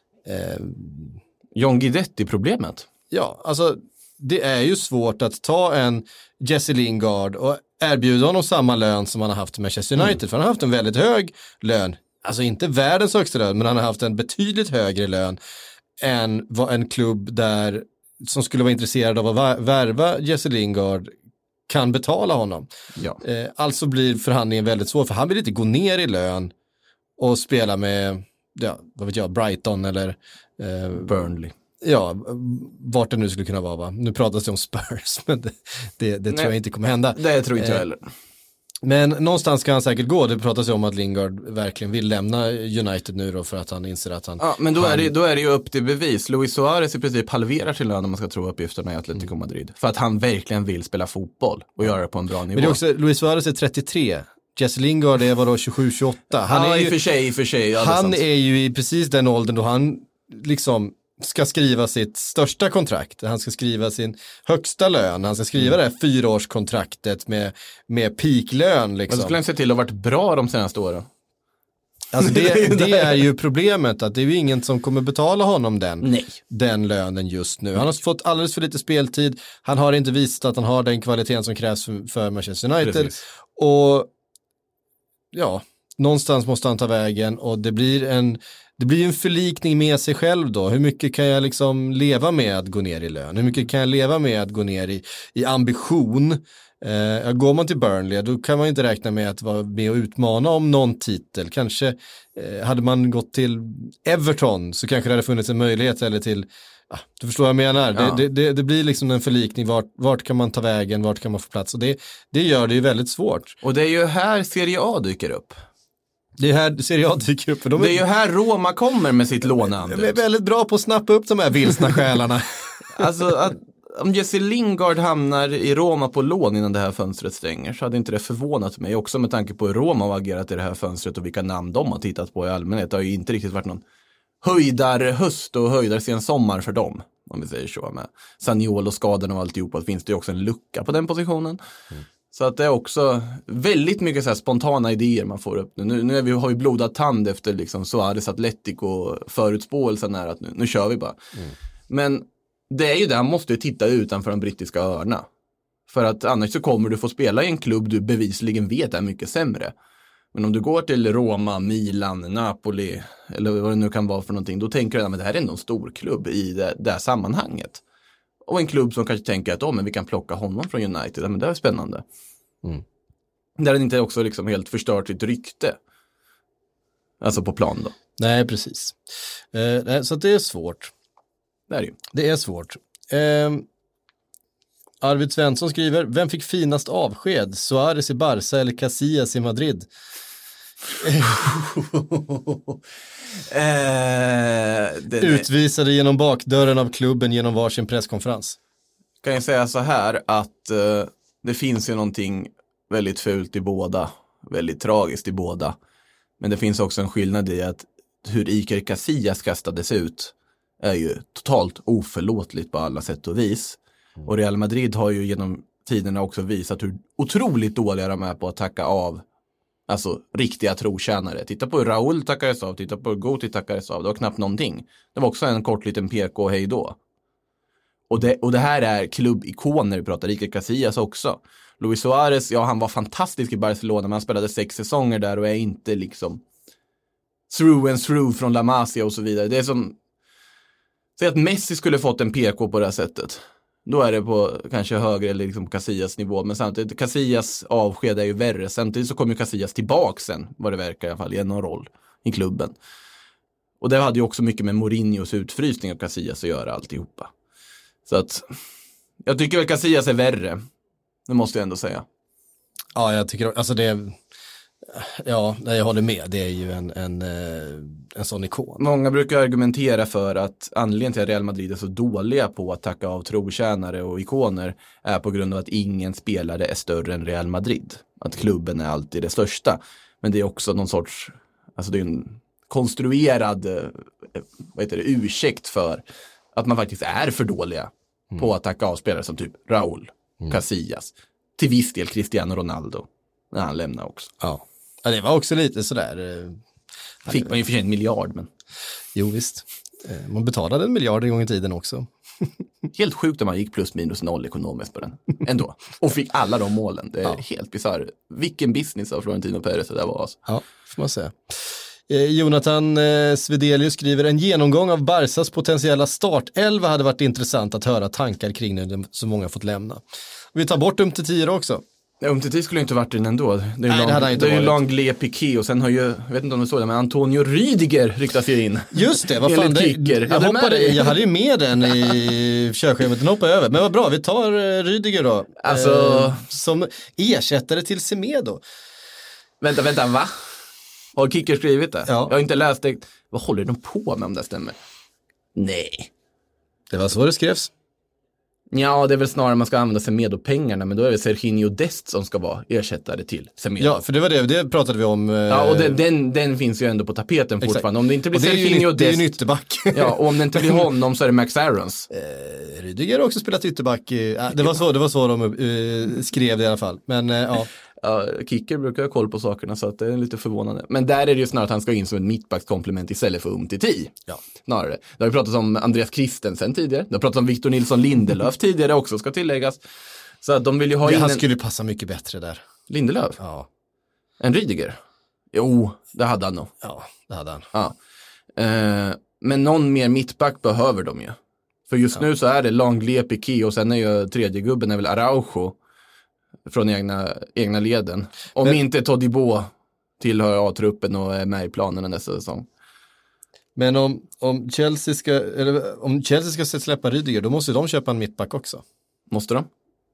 G: John Guidetti-problemet.
F: Ja, alltså det är ju svårt att ta en Jesse Lingard och erbjuda honom samma lön som han har haft med Manchester United. För han har haft en väldigt hög lön. Alltså inte världens högsta lön, men han har haft en betydligt högre lön än vad en klubb där som skulle vara intresserad av att värva Jesse Lingard kan betala honom.
G: Ja.
F: Alltså blir förhandlingen väldigt svår, för han vill inte gå ner i lön och spela med, vad vet jag, Brighton eller
G: Burnley.
F: Ja, vart det nu skulle kunna vara, va? Nu pratas det om Spurs, men det tror jag inte kommer hända.
G: Det tror inte jag heller.
F: Men någonstans ska han säkert gå. Det pratas ju om att Lingard verkligen vill lämna United nu då för att han inser att han...
G: Ja, men då är det ju upp till bevis. Luis Suarez i princip halverar sin lön om man ska tro uppgifterna i Atletico Madrid. För att han verkligen vill spela fotboll och göra det på en bra nivå.
F: Men det är också, Luis Suarez är 33. Jesse Lingard är vadå 27-28.
G: I och för sig. Ja,
F: han är ju i precis den åldern då han liksom ska skriva sitt största kontrakt. Han ska skriva sin högsta lön. Han ska skriva det här 4-årskontraktet med peaklön liksom.
G: Och så skulle han se till att ha varit bra de senaste åren.
F: Alltså det är ju problemet, att det är ju ingen som kommer betala honom den lönen just nu. Han har fått alldeles för lite speltid. Han har inte visat att han har den kvaliteten som krävs för Manchester United. Precis. Och ja, någonstans måste han ta vägen och det blir en förlikning med sig själv då. Hur mycket kan jag liksom leva med att gå ner i lön? Hur mycket kan jag leva med att gå ner i ambition? Går man till Burnley då kan man inte räkna med att vara med och utmana om någon titel. Kanske hade man gått till Everton så kanske det hade funnits en möjlighet, eller till, du förstår vad jag menar. Ja. Det blir liksom en förlikning, vart kan man ta vägen, vart kan man få plats, och det gör det ju väldigt svårt.
G: Och det är ju här Serie A dyker upp.
F: Det är här Serie A dyker upp.
G: Det är ju här Roma kommer med sitt låneanbud.
F: De är väldigt bra på att snappa upp de här vilsna själarna.
G: Alltså om Jesse Lingard hamnar i Roma på lån innan det här fönstret stänger så hade inte det förvånat mig, också med tanke på hur Roma har agerat i det här fönstret och vilka namn de har tittat på i allmänhet. Det har ju inte riktigt varit någon höjdarhöst och höjdarsen sommar för dem, om vi säger så. Med Zaniolo-skadorna och alltihopa finns det ju också en lucka på den positionen. Så att det är också väldigt mycket så här spontana idéer man får upp. Nu har vi blodat tand efter liksom Suarez Atletico förutspåelsen är att nu kör vi bara. Men det är ju det, han måste ju titta utanför de brittiska öarna. För att annars så kommer du få spela i en klubb du bevisligen vet är mycket sämre. Men om du går till Roma, Milan, Napoli eller vad det nu kan vara för någonting, då tänker du att det här är ändå en stor klubb i det här sammanhanget. Och en klubb som kanske tänker att men vi kan plocka honom från United, men det är spännande. Där den inte också liksom helt förstört sitt rykte. Alltså på plan då.
F: Nej, precis. Så det är svårt. Det är svårt. Arvid Svensson skriver: vem fick finast avsked? Suarez i Barca eller Casillas i Madrid? Utvisade genom bakdörren av klubben genom varsin presskonferens.
G: Kan jag säga så här att det finns ju någonting väldigt fult i båda, väldigt tragiskt i båda. Men det finns också en skillnad i att hur Iker Casillas kastades ut är ju totalt oförlåtligt på alla sätt och vis. Och Real Madrid har ju genom tiderna också visat hur otroligt dåliga de är på att tacka av, alltså riktiga trotjänare. Titta på hur Raúl tackades av, titta på hur Guti tackades av. Det var knappt någonting. Det var också en kort liten PK hej då. Och det här är klubbikoner, vi pratar Iker Casillas också. Luis Suarez, han var fantastisk i Barcelona, men han spelade 6 säsonger där och är inte liksom through and through från La Masia och så vidare. Det är som, säg att Messi skulle fått en PK på det här sättet. Då är det på kanske högre eller liksom Casillas nivå. Men samtidigt, Casillas avsked är ju värre. Samtidigt så kommer ju Casillas tillbaka sen, vad det verkar i alla fall, i någon roll i klubben. Och det hade ju också mycket med Mourinhos utfrysning av Casillas att göra alltihopa. Så att jag tycker väl Casillas är värre. Det måste jag ändå säga.
F: Ja, jag tycker alltså det. Ja, jag håller med. Det är ju en sån ikon.
G: Många brukar argumentera för att anledningen till att Real Madrid är så dåliga på att tacka av trotjänare och ikoner är på grund av att ingen spelare är större än Real Madrid. Att klubben är alltid det största. Men det är också någon sorts, alltså det är en konstruerad ursäkt för att man faktiskt är för dåliga på att tacka av spelare som typ Raúl, Casillas, till viss del Cristiano Ronaldo när han lämnar också.
F: Ja, det var också lite sådär.
G: Fick man ju för sig 1 miljard, men.
F: Jo visst, man betalade 1 miljard en gång i tiden också.
G: Helt sjukt att man gick plus minus noll ekonomiskt på den ändå. Och fick alla de målen, det är helt bizarrt. Vilken business av Florentino Pérez det där var alltså.
F: Ja, får man säga. Jonathan Svedelius skriver: en genomgång av Barsas potentiella startelva hade varit intressant att höra tankar kring när så många fått lämna. Vi tar bort dem till 10 också.
G: Umtiti skulle ju inte varit in ändå. Det
F: Nej, det hade han inte
G: är ju
F: varit.
G: Langley, Piqué och sen har ju, jag vet inte om du såg det, men Antonio Rüdiger ryktas ju in.
F: Just det, vad fan,
G: Enligt Kicker.
F: jag hade ju med den i körschemat, den hoppade över. Men vad bra, vi tar Rüdiger då.
G: Alltså-
F: Som ersättare till Semedo.
G: Vänta, va? Har Kicker skrivit det?
F: Ja.
G: Jag har inte läst det. Vad håller de på med om det stämmer? Nej.
F: Det var så det skrevs.
G: Ja, det är väl snarare man ska använda Semedo-pengarna, men då är det Serginho Dest som ska vara ersättare till Semedo.
F: Ja, för det var det pratade vi om.
G: Ja, och den finns ju ändå på tapeten fortfarande. Om det inte blir
F: och det är ju
G: Serginho
F: det är ju en
G: Dest,
F: ytterback.
G: ja, och om det inte blir honom så är det Max Aarons.
F: Rüdiger har också spelat ytterback. Det var så de skrev det i alla fall. Men ja.
G: Ja, Kicker brukar ha koll på sakerna så att det är lite förvånande. Men där är det ju snarare att han ska in som en mittbackskomplement istället för Umtiti.
F: Ja.
G: Snarare. Det har ju pratats om Andreas Christensen tidigare. Det har pratats om Victor Nilsson Lindelöf tidigare också, ska tilläggas. Så att de vill ju ha in
F: Han
G: en...
F: skulle passa mycket bättre där.
G: Lindelöf?
F: Ja.
G: En Rüdiger? Jo, det hade han nog.
F: Ja, det hade han.
G: Ja. Men någon mer mittback behöver de ju. För just nu så är det Langley, Piqué och sen är ju tredje gubben är väl Araujo från egna leden. Om inte Todibo tillhör A-truppen och är med i planen nästa säsong.
F: Men om Chelsea ska släppa Rüdiger, då måste de köpa en mittback också.
G: Måste de?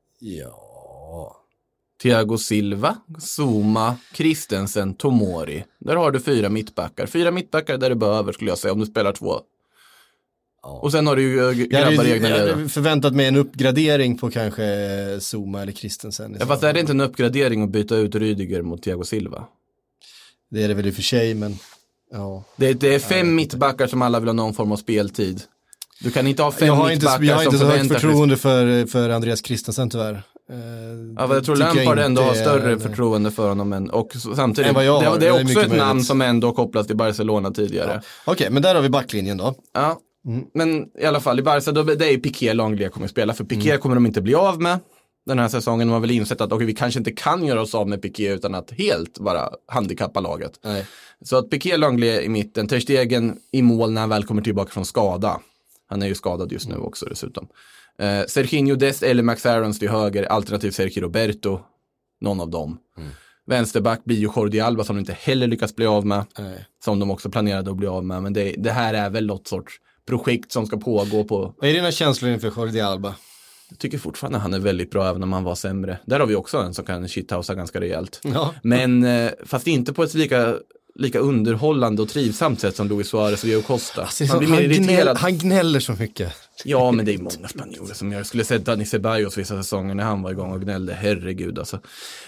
F: Ja.
G: Thiago Silva, Zuma, Christensen, Tomori. Där har du 4 mittbackar. 4 mittbackar där du behöver, skulle jag säga, om du spelar 2.
F: Ja.
G: Och sen har du ju grabbar i egna
F: Jag
G: leden.
F: hade förväntat mig en uppgradering på kanske Zuma eller Christensen.
G: Ja, fast är det inte en uppgradering att byta ut Rüdiger mot Thiago Silva?
F: Det är det väl i och för sig, men ja.
G: Det är 5 mittbackar som alla vill ha någon form av speltid. Du kan inte ha 5 mittbackar
F: jag har
G: som
F: inte så högt
G: förväntar sig...
F: förtroende för Andreas Christensen tyvärr.
G: Ja, jag tror Lampard ändå har större förtroende för honom och samtidigt,
F: än vad jag har.
G: det är
F: Det är
G: också
F: mycket
G: ett namn
F: möjligt.
G: som ändå kopplas till Barcelona tidigare.
F: Ja. Okej, men där har vi backlinjen då.
G: Ja, men i alla fall i Barca, då det är ju Piqué Langley kommer att spela, för Piqué kommer de inte bli av med den här säsongen. De har väl insett att vi kanske inte kan göra oss av med Piqué utan att helt bara handikappa laget.
F: Nej.
G: Så att Piqué Langley i mitten, Ter Stegen i mål när han väl kommer tillbaka från skada. Han är ju skadad just nu också dessutom. Serginho Dest eller Max Aarons till höger, alternativt Sergio Roberto, någon av dem. Vänsterback blir ju Jordi Alba som de inte heller lyckas bli av med.
F: Nej.
G: Som de också planerade att bli av med. Men det här är väl något sorts projekt som ska pågå på.
F: Vad är dina känslor inför Jordi Alba?
G: Jag tycker fortfarande han är väldigt bra även om han var sämre. Där har vi också en som kan shithousa ganska rejält.
F: Ja.
G: Men fast inte på ett lika underhållande och trivsamt sätt som Luis Suarez och Diego Costa.
F: Alltså,
G: Man blir mer irriterad.
F: Han gnäller så mycket.
G: Ja, men det är många spanjorer som jag skulle säga Dani Ceballos vissa säsonger när han var igång och gnällde, herregud alltså.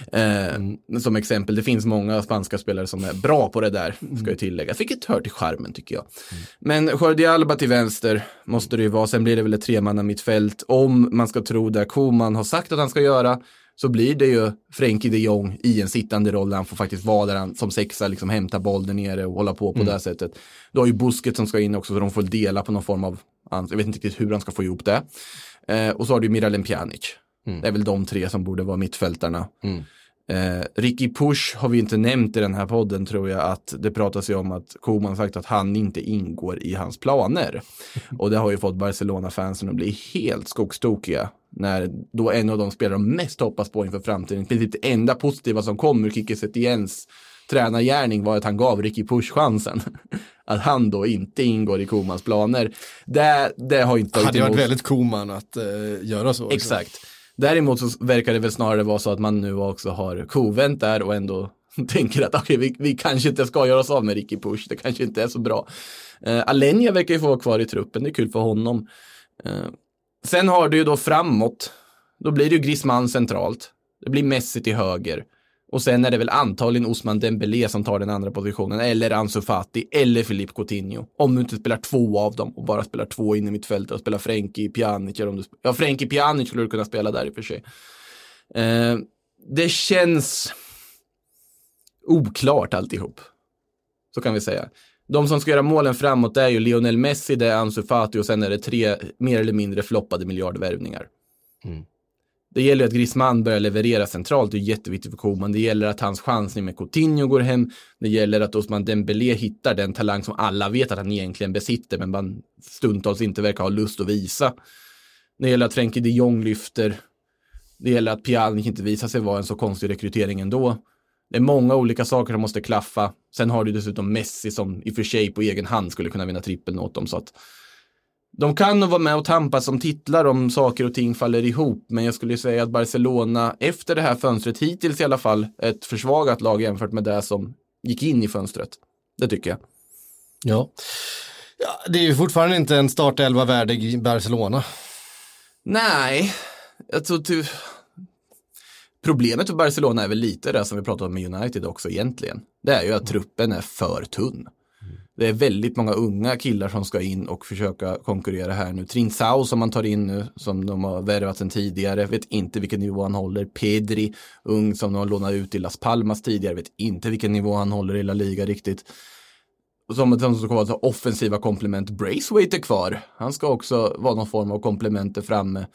G: Som exempel, det finns många spanska spelare som är bra på det där, ska jag tillägga. Vilket hör till charmen tycker jag. Men Jordi Alba till vänster måste det ju vara, sen blir det väl ett 3-manna mittfält. Om man ska tro det Koeman har sagt att han ska göra, så blir det ju Frenkie de Jong i en sittande roll där han får faktiskt vara där han som sexa liksom hämta boll där nere och hålla på det här sättet. Då har ju Busquets som ska in också så de får dela på någon form av, jag vet inte riktigt hur han ska få ihop det. Och så har du Miralem Pjanic. Det är väl de 3 som borde vara mittfältarna. Ricky Push har vi inte nämnt i den här podden, tror jag, att det pratas ju om att Koeman sagt att han inte ingår i hans planer. Och det har ju fått Barcelona-fansen att bli helt skogstokiga när då en av de spelare de mest hoppas på inför framtiden, precis det enda positiva som kom ur Quique Setiens tränargärning var att han gav Ricky Push chansen. Att han då inte ingår i Koemans planer. Det har inte
F: hade varit väldigt Koeman att göra så.
G: Exakt. Däremot så verkar det väl snarare vara så att man nu också har kovänt där och ändå tänker att okej, vi kanske inte ska göra oss av med Ricky Push. Det kanske inte är så bra. Alenia verkar ju få vara kvar i truppen. Det är kul för honom. Sen har du ju då framåt. Då blir det ju Griezmann centralt. Det blir Messi till höger. Och sen är det väl antagligen Ousmane Dembélé som tar den andra positionen. Eller Ansu Fati. Eller Philippe Coutinho. Om du inte spelar 2 av dem. Och bara spelar 2 in i mittfältet. Och spelar Frenkie Pjanic. Frenkie Pjanic skulle du kunna spela där i och för sig. Det känns oklart alltihop. Så kan vi säga. De som ska göra målen framåt, det är ju Lionel Messi, det är Ansu Fati och sen är det 3 mer eller mindre floppade miljardvärvningar. Det gäller att Griezmann börjar leverera centralt, det är jätteviktigt för Koeman. Det gäller att hans chansning med Coutinho går hem. Det gäller att Ousmane Dembélé hittar den talang som alla vet att han egentligen besitter, men man stundtals inte verkar ha lust att visa. Det gäller att Frenkie de Jong lyfter. Det gäller att Pjanic inte visar sig vara en så konstig rekrytering ändå. Det är många olika saker som måste klaffa. Sen har du dessutom Messi som i och för sig på egen hand skulle kunna vinna trippeln åt dem. Så att de kan nog vara med och tampas som titlar om saker och ting faller ihop. Men jag skulle säga att Barcelona efter det här fönstret hittills i alla fall ett försvagat lag jämfört med det som gick in i fönstret. Det tycker jag.
F: Ja, det är ju fortfarande inte en startelva värdig i Barcelona.
G: Nej, jag tror problemet för Barcelona är väl lite det som vi pratade om med United också egentligen. Det är ju att truppen är för tunn. Det är väldigt många unga killar som ska in och försöka konkurrera här nu. Trincao som man tar in nu, som de har värvat sedan tidigare, vet inte vilken nivå han håller. Pedri, ung som de har lånat ut i Las Palmas tidigare, vet inte vilken nivå han håller i La Liga riktigt. Som ska vara offensiva komplement. Braithwaite är kvar. Han ska också vara någon form av komplement framme.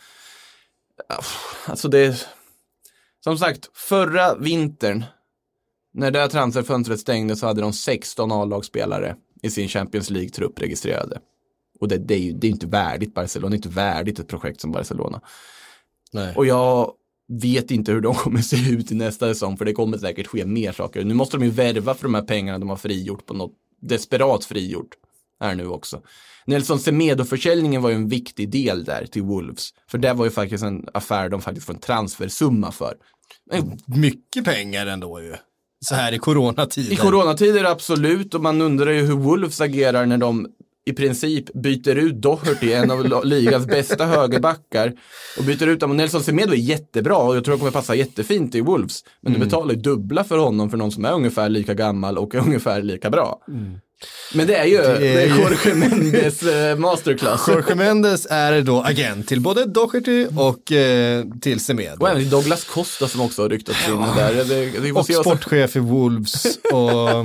G: Alltså det är... Som sagt, förra vintern när det här transferfönstret stängde så hade de 16 A-lagsspelare i sin Champions League-trupp registrerade. Och det är inte värdigt Barcelona, det är inte värdigt ett projekt som Barcelona.
F: Nej.
G: Och jag vet inte hur de kommer se ut i nästa säsong, för det kommer säkert ske mer saker. Nu måste de ju värva för de här pengarna de har frigjort på något desperat frigjort här nu också. Nelson Semedo-försäljningen var ju en viktig del där till Wolves. För det var ju faktiskt en affär de faktiskt får en transfersumma för.
F: Mycket pengar ändå ju. Så här i coronatider.
G: I coronatider absolut, och man undrar ju hur Wolves agerar när de i princip byter ut Doherty, en av ligans bästa högerbackar, och byter ut dem. Nelson Semedo är jättebra och jag tror han kommer passa jättefint i Wolves. Men du betalar ju dubbla för honom för någon som är ungefär lika gammal och ungefär lika bra. Men det är ju Jorge Mendes masterclass.
F: Jorge Mendes är då agent till både Doherty och till Semedo.
G: Och även till Douglas Costa som också har ryktats in där.
F: Och sportchef i Wolves och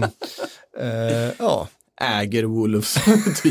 F: ja.
G: Äger Wolves typ.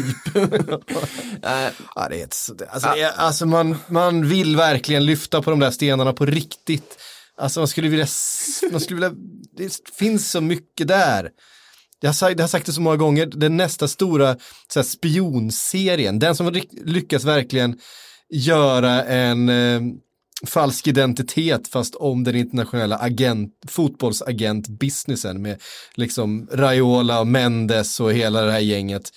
F: Ja, det är alltså man vill verkligen lyfta på de där stenarna på riktigt. Alltså man skulle vilja det finns så mycket där. Jag har sagt det så många gånger, den nästa stora så här, spionserien, den som lyckas verkligen göra en falsk identitet fast om den internationella fotbollsagent-businessen med liksom Raiola och Mendes och hela det här gänget.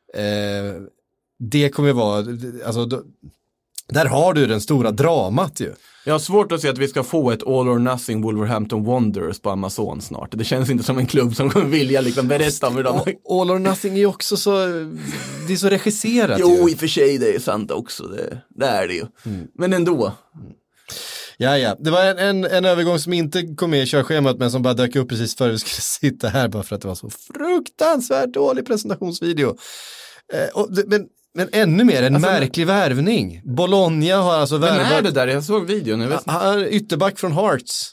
F: Det kommer vara, alltså där har du den stora dramat ju.
G: Jag har svårt att se att vi ska få ett All or Nothing Wolverhampton Wanderers på Amazon snart. Det känns inte som en klubb som kommer vilja liksom berätta om hur de...
F: All or Nothing är ju också så, det är så regisserat.
G: Jo,
F: ju.
G: i och för sig det är sant också. Det är det ju. Men ändå.
F: Ja. Det var en övergång som inte kom med i körschemat men som bara dök upp precis före vi skulle sitta här bara för att det var så fruktansvärt dålig presentationsvideo. Men ännu mer, en märklig värvning. Bologna har alltså värvat...
G: Men är det där? Jag såg videon. Jag vet.
F: Han är ytterback från Hearts.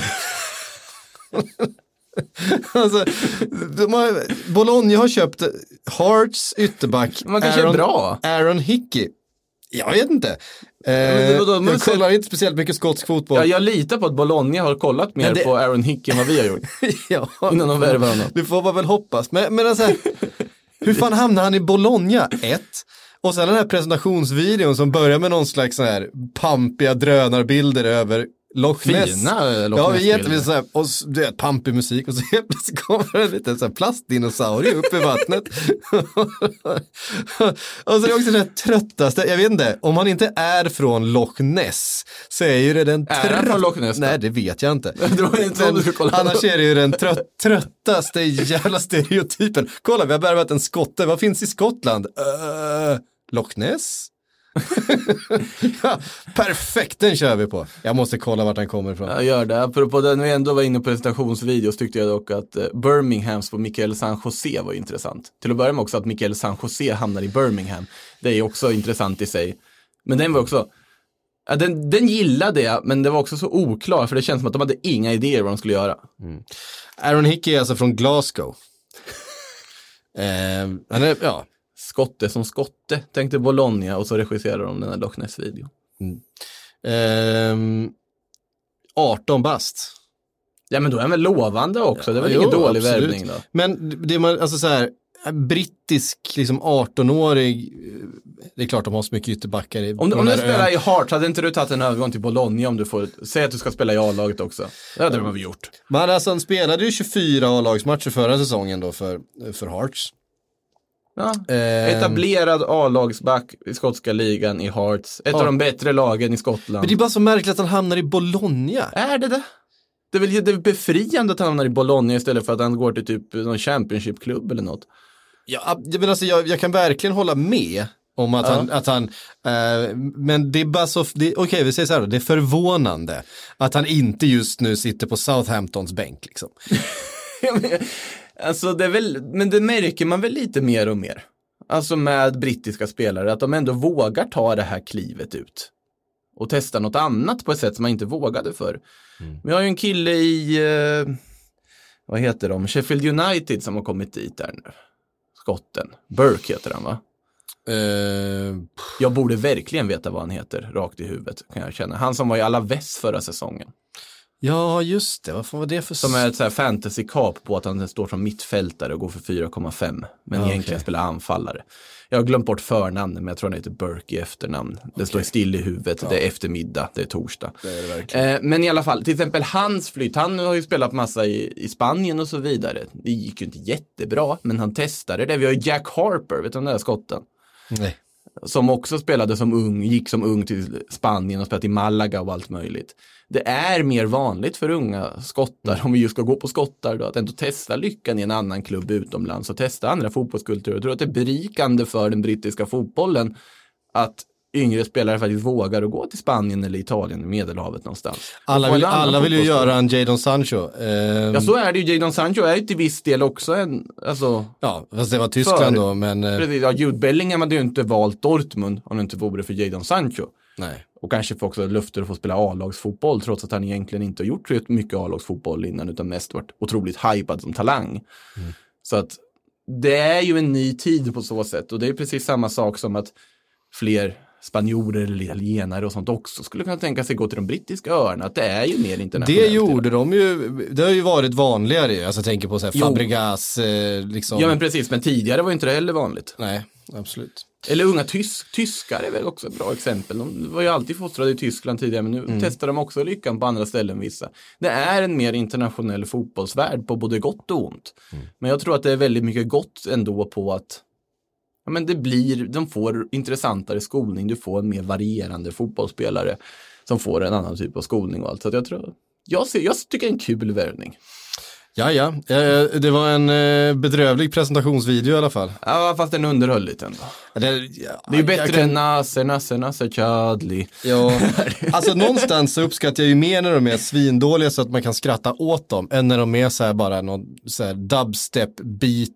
F: Alltså, Bologna har köpt Hearts ytterback.
G: Man kanske är bra.
F: Aaron Hickey. Jag vet inte. Jag kollar inte speciellt mycket skotsk fotboll.
G: Ja, jag litar på att Bologna har kollat mer på Aaron Hickey än vad vi har gjort.
F: Ja,
G: innan de värvar honom.
F: Du får väl hoppas. Men alltså, hur fan hamnar han i Bologna? Och sen den här presentationsvideon som börjar med någon slags så här pampiga drönarbilder över Loch Ness.
G: Fina Loch Ness.
F: Ja, vi så här, och det är pampig musik och så helt plötsligt kommer en liten så här plastdinosaurie upp i vattnet. Och så är det också den tröttaste, jag vet inte, om han inte är från Loch Ness så är ju det den
G: från Loch Ness?
F: Nej, det vet jag inte.
G: Annars
F: är det ju den tröttaste jävla stereotypen. Kolla, vi har värvat en skotte. Vad finns i Skottland? Loch Ness? Ja, perfekt, den kör vi på. Jag måste kolla vart han kommer ifrån.
G: Jag gör det. Apropå den vi ändå var inne på presentationsvideos tyckte jag dock att Birminghams på Mikel San Jose var intressant. Till att börja med också att Mikel San Jose hamnar i Birmingham. Det är också intressant i sig. Men den var också... Ja, den gillade jag, men det var också så oklar för det känns som att de hade inga idéer vad de skulle göra.
F: Aaron Hickey är alltså från Glasgow. Han är, ja...
G: Skotte som skotte, tänkte Bologna och så regisserar de den här Loch Ness-videon.
F: 18 bast.
G: Ja, men då är han väl lovande också. Det var ingen dålig värvning då.
F: Men det man, alltså så här, brittisk liksom 18-årig, det är klart de har så mycket ytterbackar.
G: Om du spelar i Hearts, hade inte du tagit en övergång till Bologna om du får säga att du ska spela i A-laget också? Det hade de gjort.
F: Men alltså han spelade ju 24 A-lagsmatcher förra säsongen då för Hearts.
G: Ja. Etablerad A-lagsback i skotska ligan i Hearts. Ett av de bättre lagen i Skottland.
F: Men det är bara så märkligt att han hamnar i Bologna.
G: Är det? Det är väl befriande att han hamnar i Bologna istället för att han går till typ någon championship-klubb eller något.
F: Ja, men alltså jag kan verkligen hålla med om att han men det är bara så, okej, vi säger så här då, det är förvånande att han inte just nu sitter på Southamptons bänk liksom.
G: Alltså det är väl, men det märker man väl lite mer och mer. Alltså med brittiska spelare, att de ändå vågar ta det här klivet ut. Och testa något annat på ett sätt som man inte vågade för. Vi har ju en kille i, vad heter de? Sheffield United som har kommit dit där nu. Skotten. Burke heter han, va? Jag borde verkligen veta vad han heter, rakt i huvudet, kan jag känna. Han som var i Alaves förra säsongen.
F: Ja, just det. Vad var det för...
G: Som är ett så här fantasy-kap på att han står som mittfältare och går för 4,5. Men egentligen spelar anfallare. Jag har glömt bort förnamnet, men jag tror han heter Burke i efternamn. Det står still i huvudet, det är eftermiddag, det är torsdag.
F: Det är det verkligen.
G: Men i alla fall, till exempel hans flytt, han har ju spelat massa i Spanien och så vidare. Det gick ju inte jättebra, men han testade det. Vi har ju Jack Harper, vet du om det är skotten?
F: Nej.
G: Som också spelade som ung, gick som ung till Spanien och spelade i Malaga och allt möjligt. Det är mer vanligt för unga skottar, om vi just ska gå på skottar då, att ändå testa lyckan i en annan klubb utomlands och testa andra fotbollskulturer. Jag tror att det är berikande för den brittiska fotbollen att yngre spelare faktiskt vågar att gå till Spanien eller Italien i Medelhavet någonstans.
F: Alla vill ju göra en Jadon Sancho.
G: Ja, så är det ju. Jadon Sancho är ju till viss del också en... Alltså,
F: ja, fast det var Tyskland då, men...
G: Precis, ja, Jude Bellingham hade ju inte valt Dortmund om det inte vore för Jadon Sancho.
F: Nej.
G: Och kanske får också löfter att få spela A-lagsfotboll trots att han egentligen inte har gjort så mycket A-lagsfotboll innan utan mest varit otroligt hypad som talang. Så att det är ju en ny tid på så sätt och det är precis samma sak som att fler spanjorer eller italienare och sånt också skulle kunna tänka sig gå till de brittiska öarna, att det är ju mer internationellt.
F: Det gjorde de ju, det har ju varit vanligare, alltså jag tänker på så här Fabregas liksom.
G: Ja men precis, men tidigare var inte det heller vanligt.
F: Nej, absolut.
G: Eller unga tyskar är väl också ett bra exempel. De var ju alltid fostrade i Tyskland tidigare, men nu testar de också lyckan på andra ställen vissa. Det är en mer internationell fotbollsvärld på både gott och ont. Men jag tror att det är väldigt mycket gott ändå på att ja, men de får intressantare skolning, du får en mer varierande fotbollsspelare som får en annan typ av skolning och allt. Så att jag tycker det är en kul värvning.
F: Ja, det var en bedrövlig presentationsvideo i alla fall.
G: Ja, fast den underhöll lite ändå. Det är ju bättre än Nasser Chadli.
F: Ja, alltså någonstans så uppskattar jag ju mer när de är svindåliga så att man kan skratta åt dem än när de är så här bara någon så här dubstep-beat,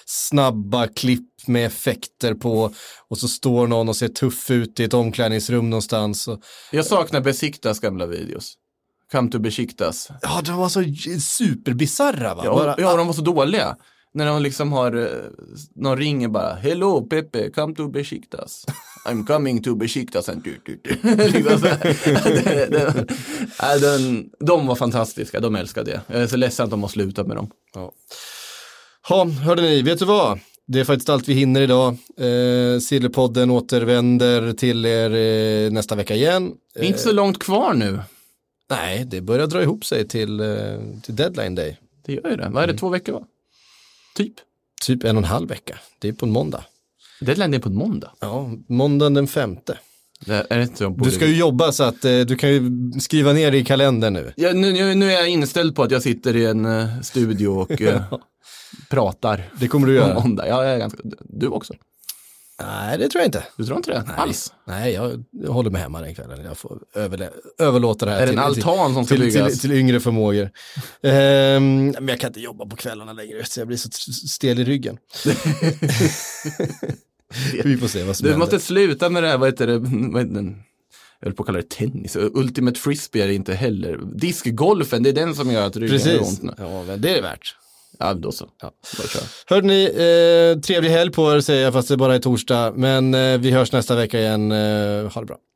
F: snabba klipp med effekter på och så står någon och ser tuff ut i ett omklädningsrum någonstans.
G: Jag saknar Besiktas gamla videos. Come to Besiktas.
F: Ja, de var så superbizarra va?
G: Ja, de var så dåliga. När de liksom har, någon ringer bara, hello Pepe, come to Besiktas. I'm coming to Besiktas. De var fantastiska, de älskade det. Jag är så ledsen att de har slutat med dem.
F: Ja, hörde ni, vet du vad? Det är faktiskt allt vi hinner idag. Sillypodden återvänder till er nästa vecka igen.
G: Inte så långt kvar nu.
F: Nej, det börjar dra ihop sig till deadline day.
G: Det gör ju det. Vad är det, 2 veckor va? Typ
F: 1,5 vecka. Det är på en måndag.
G: Deadline day på en måndag?
F: Ja, måndagen den 5:e.
G: Du
F: ska ju jobba så att du kan ju skriva ner det i kalendern nu.
G: Ja, nu är jag inställd på att jag sitter i en studio och pratar.
F: Det kommer du göra.
G: Måndag. Ja, jag är ganska... Du också?
F: Nej, det tror jag inte.
G: Du tror inte det? Alls?
F: Nej, jag håller mig hemma den kvällen. Jag får överlåta det här
G: till... Är det en altan som ska byggas?
F: Till yngre förmågor. Men jag kan inte jobba på kvällarna längre, så jag blir så stel i ryggen. Vi får se vad som händer.
G: Du måste sluta med det här, vad heter det? Jag höll på att kalla det tennis. Ultimate frisbee är det inte heller. Diskgolfen, det är den som gör att ryggen är ont nu.
F: Ja, men det är det värt.
G: Ja, då så. Ja.
F: Hörde ni, trevlig helg på er säger jag, fast det bara är torsdag. Men vi hörs nästa vecka igen. Ha det bra.